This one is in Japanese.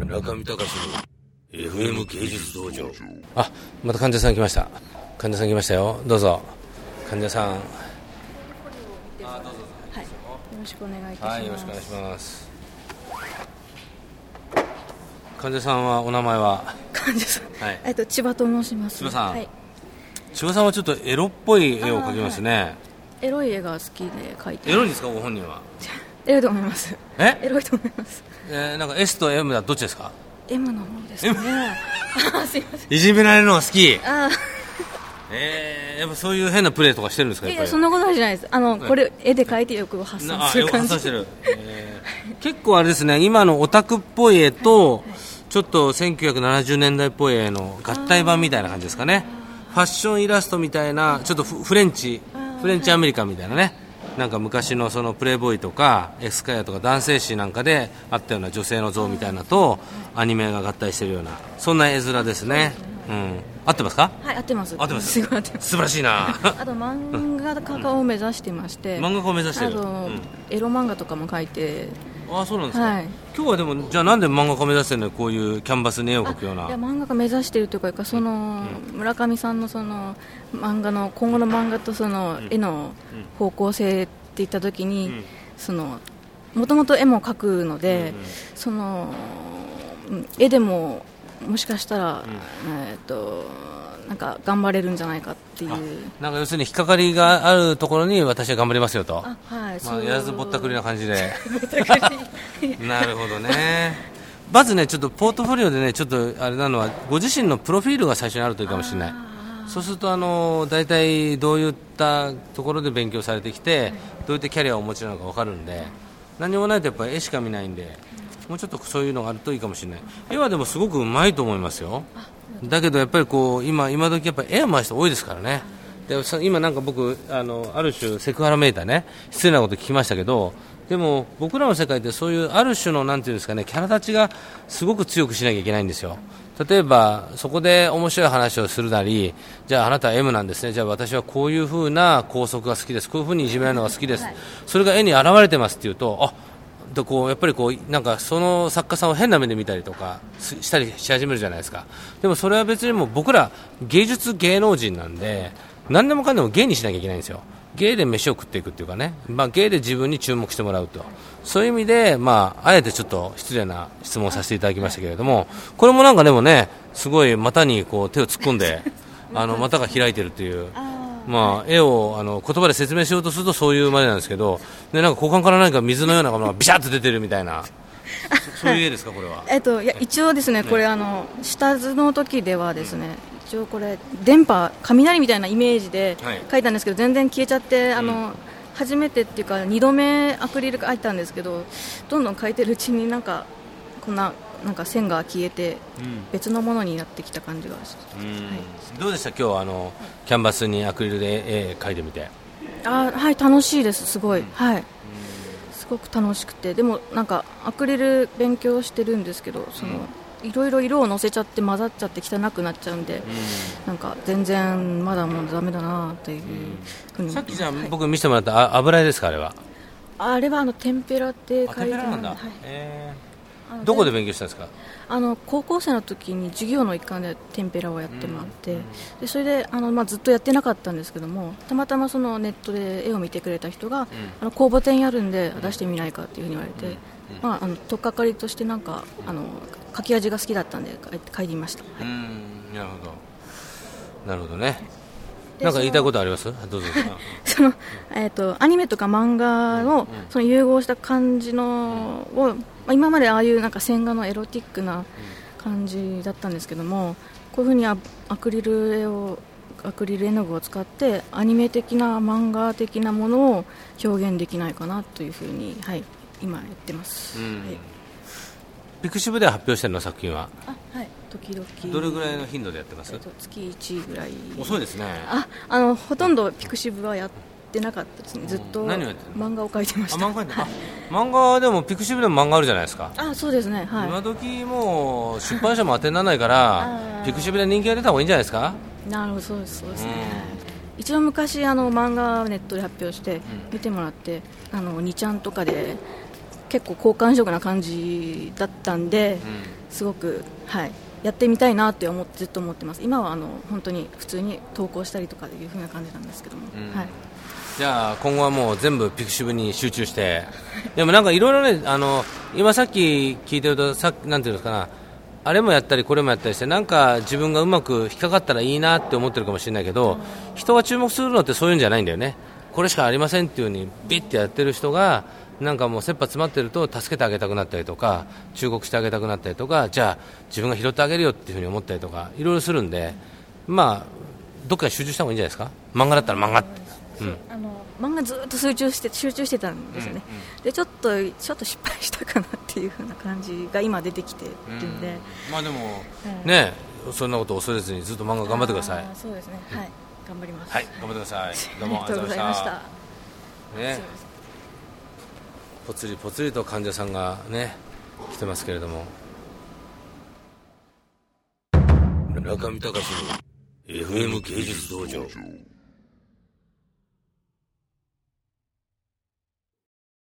村上隆の FM 芸術道場。あ、また患者さん来ました。患者さん来ましたよ。どうぞ患者さん。どうぞ。 はい、よろしくお願いいたします。 はい、よろしくお願いします。患者さんはお名前は？ 患者さん、 はい、 千葉と申します。 千葉さん、 はい、 千葉さんはちょっとエロっぽい絵を描きますね。はい、 エロい絵が好きで描いて。 エロいんですか、ご本人は？ エロいと思います。エロいと思います。 なんか S と M だどっちですか？ M の方ですかね。すいません。 いじめられるのが好き。 やっぱそういう変なプレーとかしてるんですか？ いや、そんなことないじゃないです。これ絵で描いてよく発散する感じ。 発散してる。結構あれですね、今のオタクっぽい絵と、ちょっと1970年代っぽい絵の合体版みたいな感じですかね。ファッションイラストみたいな、ちょっとフレンチアメリカンみたいなね、なんか昔のそのプレイボーイとかエスカヤとか男性誌なんかであったような女性の像みたいなとアニメが合体してるような、そんな絵面ですね。合ってますか？ はい、合ってます。 合ってます。 すごい合ってます。 素晴らしいな。 あと漫画家を目指してまして、 漫画家を目指してる。 エロ漫画とかも描いて。 ああ、そうなんですか。 はい、 今日はでもじゃあなんで漫画家目指してるの？こういうキャンバスに絵を描くような。 いや、漫画家目指しているというか、その、村上さんのその漫画の今後の漫画とその絵の方向性っていったときに、そのもともと絵も描くので、その絵でももしかしたら、なんか頑張れるんじゃないかっていう、 なんか要するに引っかかりがあるところに私は頑張りますよと。 はい、 やらずぼったくりな感じで。なるほどね。まずね、ちょっとポートフォリオでね、ちょっとあれなのはご自身のプロフィールが最初にあるといいかもしれない。そうすると大体どういったところで勉強されてきて、どういったキャリアをお持ちなのか分かるんで、何もないとやっぱり絵しか見ないんで、もうちょっとそういうのがあるといいかもしれない。絵はでもすごくうまいと思いますよ。だけどやっぱりこう今時やっぱり絵を回す人多いですからね。で今なんか僕ある種セクハラめいたね、失礼なこと聞きましたけど、でも僕らの世界ってそういうある種のなんていうんですかね、キャラ立ちがすごく強くしなきゃいけないんですよ。例えばそこで面白い話をするなり、じゃああなたは M なんですね、じゃあ私はこういう風な校則が好きです、こういう風にいじめられるのが好きです、それが絵に現れてますっていうと、やっぱりなんかその作家さんを変な目で見たりとかしたりし始めるじゃないですか。でもそれは別にもう僕ら芸能人なんで、何でもかんでも芸にしなきゃいけないんですよ。芸で飯を食っていくっていうかね、芸で自分に注目してもらうと、そういう意味で、あえてちょっと失礼な質問をさせていただきましたけれども、これもなんかでもね、すごい股にこう手を突っ込んで股が開いてるっていう、絵を言葉で説明しようとするとそういうまでなんですけど、でなんか股間から何か水のようなものがビシャッと出てるみたいな、そういう絵ですか、これは。 いや、一応ですね、これ下図の時ではですね、一応これ雷みたいなイメージで描いたんですけど、全然消えちゃって、初めてっていうか2度目アクリル描いたんですけど、どんどん描いてるうちになんかこんななんか線が消えて別のものになってきた感じがします。 どうでした今日キャンバスにアクリルで絵描いてみて？ はい、楽しいです、すごい、はい、すごく楽しくて、でもなんかアクリル勉強してるんですけど、いろいろ色をのせちゃって混ざっちゃって汚くなっちゃうんで、なんか全然まだもうダメだなっていうふうに。 さっきじゃあ、僕見せてもらった油絵ですか？あれはテンペラって書いてある。 テンペラなんだ。どこで勉強したんですか？ 高校生の時に授業の一環でテンペラをやってもらって、でそれでずっとやってなかったんですけども、たまたまそのネットで絵を見てくれた人が、公募展やるんで出してみないかっていうふうに言われて、取っかかりとしてなんか書き味が好きだったんで書いてみました。 なるほどね。なんか言いたいことあります？どうぞ。 アニメとか漫画のその融合した感じのを、今までああいうなんか線画のエロティックな感じだったんですけども、こういうふうにアクリル絵の具を使ってアニメ的な漫画的なものを表現できないかなというふうに、今やってます。 ピクシブでは発表してるの、作品は？ はい、時々。 どれぐらいの頻度でやってます？ 月1ぐらい。 遅いですね。 ほとんどピクシブはやってなかったですね。ずっと漫画を描いてました。 漫画でもピクシブでも漫画あるじゃないですか。 そうですね、はい。 今時もう出版社も当てにならないからピクシブで人気が出た方がいいんじゃないですか？ なるほど、そうですね。一応昔漫画をネットで発表して見てもらって、2ちゃんとかで結構好感触な感じだったんで、 すごく、やってみたいなってずっと思ってます。今は本当に普通に投稿したりとかいう風な感じなんですけども、 じゃあ今後はもう全部ピクシブに集中してでもなんかいろいろね今さっき聞いてるとなんていうんですかな、あれもやったりこれもやったりしてなんか自分がうまく引っかかったらいいなって思ってるかもしれないけど、人が注目するのってそういうんじゃないんだよね。これしかありませんっていう風にビッてやってる人がなんかもう切羽詰まってると助けてあげたくなったりとか忠告してあげたくなったりとか、じゃあ自分が拾ってあげるよっていう風に思ったりとかいろいろするんで、まあどっかに集中した方がいいんじゃないですか。漫画だったら漫画って、 漫画ずっと集中してたんですよね、でちょっと失敗したかなっていう風な感じが今出てきてるんで、 まあでも、ね、そんなことを恐れずにずっと漫画頑張ってください。 そうですね、頑張ります。 頑張ってください。どうもありがとうございました。 ね、ぽつりぽつりと患者さんがね来てますけれども、中見隆の FM 芸術道場。